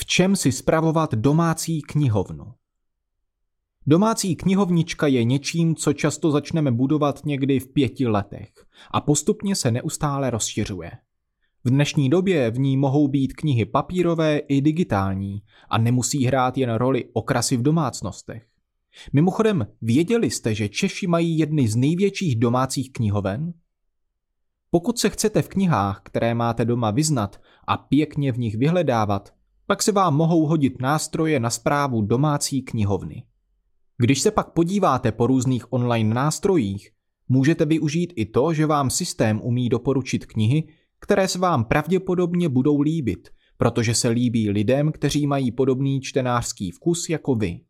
čem si spravovat domácí knihovnu? Domácí knihovnička je něčím, co často začneme budovat někdy v 5 letech a postupně se neustále rozšiřuje. V dnešní době v ní mohou být knihy papírové i digitální a nemusí hrát jen roli okrasy v domácnostech. Mimochodem, věděli jste, že Češi mají jedny z největších domácích knihoven? Pokud se chcete v knihách, které máte doma, vyznat a pěkně v nich vyhledávat, pak se vám mohou hodit nástroje na správu domácí knihovny. Když se pak podíváte po různých online nástrojích, můžete využít i to, že vám systém umí doporučit knihy, které se vám pravděpodobně budou líbit, protože se líbí lidem, kteří mají podobný čtenářský vkus jako vy.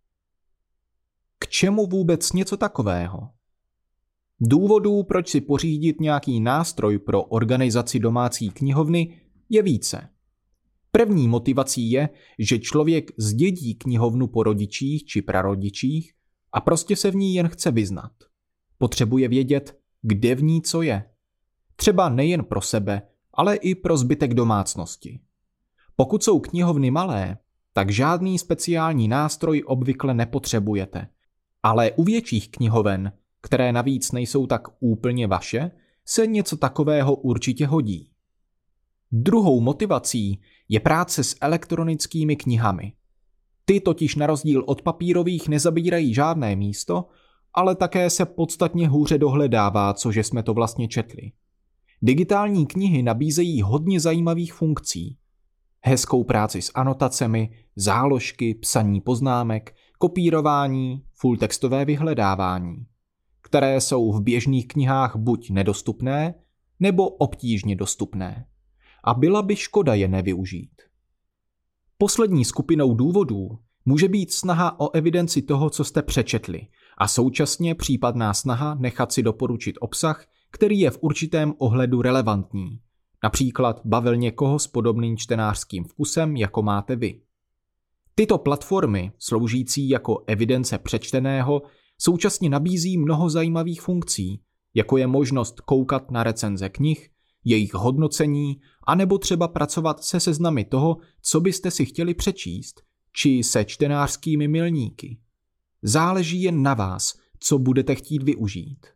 K čemu vůbec něco takového? Důvodů, proč si pořídit nějaký nástroj pro organizaci domácí knihovny, je více. První motivací je, že člověk zdědí knihovnu po rodičích či prarodičích a prostě se v ní jen chce vyznat. Potřebuje vědět, kde v ní co je. Třeba nejen pro sebe, ale i pro zbytek domácnosti. Pokud jsou knihovny malé, tak žádný speciální nástroj obvykle nepotřebujete. Ale u větších knihoven, které navíc nejsou tak úplně vaše, se něco takového určitě hodí. Druhou motivací je práce s elektronickými knihami. Ty totiž na rozdíl od papírových nezabírají žádné místo, ale také se podstatně hůře dohledává, cože jsme to vlastně četli. Digitální knihy nabízejí hodně zajímavých funkcí. Hezkou práci s anotacemi, záložky, psaní poznámek, kopírování, fulltextové vyhledávání, které jsou v běžných knihách buď nedostupné, nebo obtížně dostupné. A byla by škoda je nevyužít. Poslední skupinou důvodů může být snaha o evidenci toho, co jste přečetli, a současně případná snaha nechat si doporučit obsah, který je v určitém ohledu relevantní, například bavil někoho s podobným čtenářským vkusem, jako máte vy. Tyto platformy, sloužící jako evidence přečteného, současně nabízí mnoho zajímavých funkcí, jako je možnost koukat na recenze knih, jejich hodnocení, anebo třeba pracovat se seznamy toho, co byste si chtěli přečíst, či se čtenářskými milníky. Záleží jen na vás, co budete chtít využít.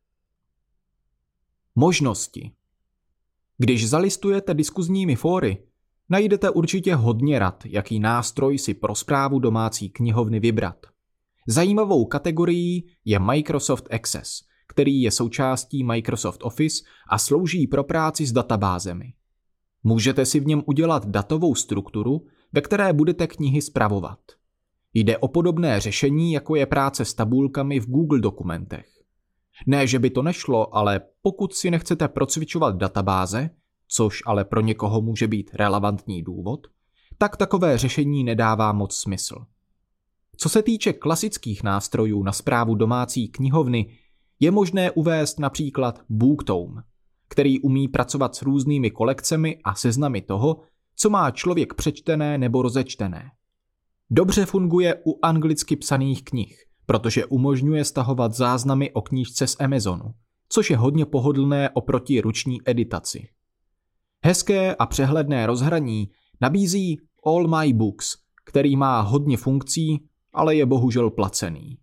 Možnosti. Když zalistujete diskuzními fóry, najdete určitě hodně rad, jaký nástroj si pro správu domácí knihovny vybrat. Zajímavou kategorií je Microsoft Access, který je součástí Microsoft Office a slouží pro práci s databázemi. Můžete si v něm udělat datovou strukturu, ve které budete knihy spravovat. Jde o podobné řešení, jako je práce s tabulkami v Google dokumentech. Ne, že by to nešlo, ale pokud si nechcete procvičovat databáze, což ale pro někoho může být relevantní důvod, tak takové řešení nedává moc smysl. Co se týče klasických nástrojů na správu domácí knihovny, je možné uvést například BookTome, který umí pracovat s různými kolekcemi a seznamy toho, co má člověk přečtené nebo rozečtené. Dobře funguje u anglicky psaných knih, protože umožňuje stahovat záznamy o knížce z Amazonu, což je hodně pohodlné oproti ruční editaci. Hezké a přehledné rozhraní nabízí All My Books, který má hodně funkcí, ale je bohužel placený.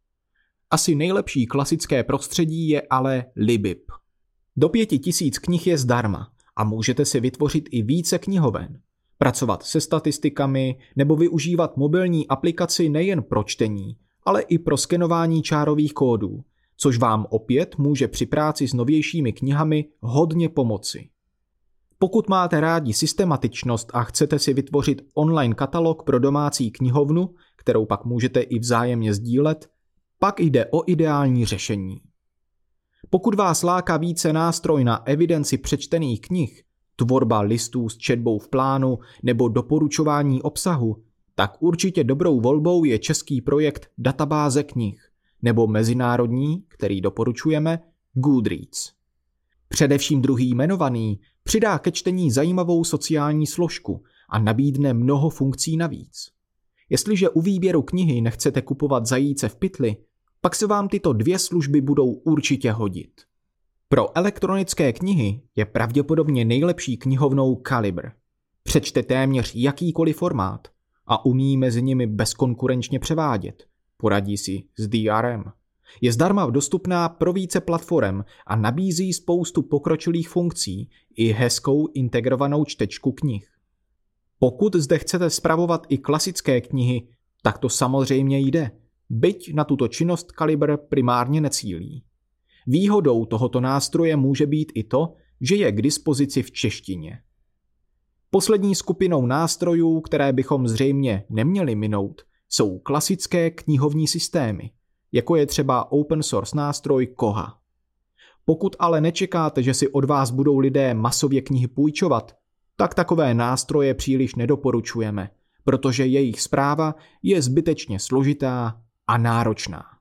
Asi nejlepší klasické prostředí je ale Libib. Do 5000 knih je zdarma a můžete si vytvořit i více knihoven, pracovat se statistikami nebo využívat mobilní aplikaci nejen pro čtení, ale i pro skenování čárových kódů, což vám opět může při práci s novějšími knihami hodně pomoci. Pokud máte rádi systematičnost a chcete si vytvořit online katalog pro domácí knihovnu, kterou pak můžete i vzájemně sdílet, pak jde o ideální řešení. Pokud vás láká více nástroj na evidenci přečtených knih, tvorba listů s četbou v plánu nebo doporučování obsahu, tak určitě dobrou volbou je český projekt Databáze knih nebo mezinárodní, který doporučujeme, Goodreads. Především druhý jmenovaný přidá ke čtení zajímavou sociální složku a nabídne mnoho funkcí navíc. Jestliže u výběru knihy nechcete kupovat zajíce v pytli, pak se vám tyto 2 služby budou určitě hodit. Pro elektronické knihy je pravděpodobně nejlepší knihovnou Calibre. Přečte téměř jakýkoliv formát a umí mezi nimi bezkonkurenčně převádět. Poradí si s DRM. Je zdarma dostupná pro více platform a nabízí spoustu pokročilých funkcí i hezkou integrovanou čtečku knih. Pokud zde chcete spravovat i klasické knihy, tak to samozřejmě jde, byť na tuto činnost Kalibr primárně necílí. Výhodou tohoto nástroje může být i to, že je k dispozici v češtině. Poslední skupinou nástrojů, které bychom zřejmě neměli minout, jsou klasické knihovní systémy, jako je třeba open source nástroj Koha. Pokud ale nečekáte, že si od vás budou lidé masově knihy půjčovat, tak takové nástroje příliš nedoporučujeme, protože jejich správa je zbytečně složitá a náročná.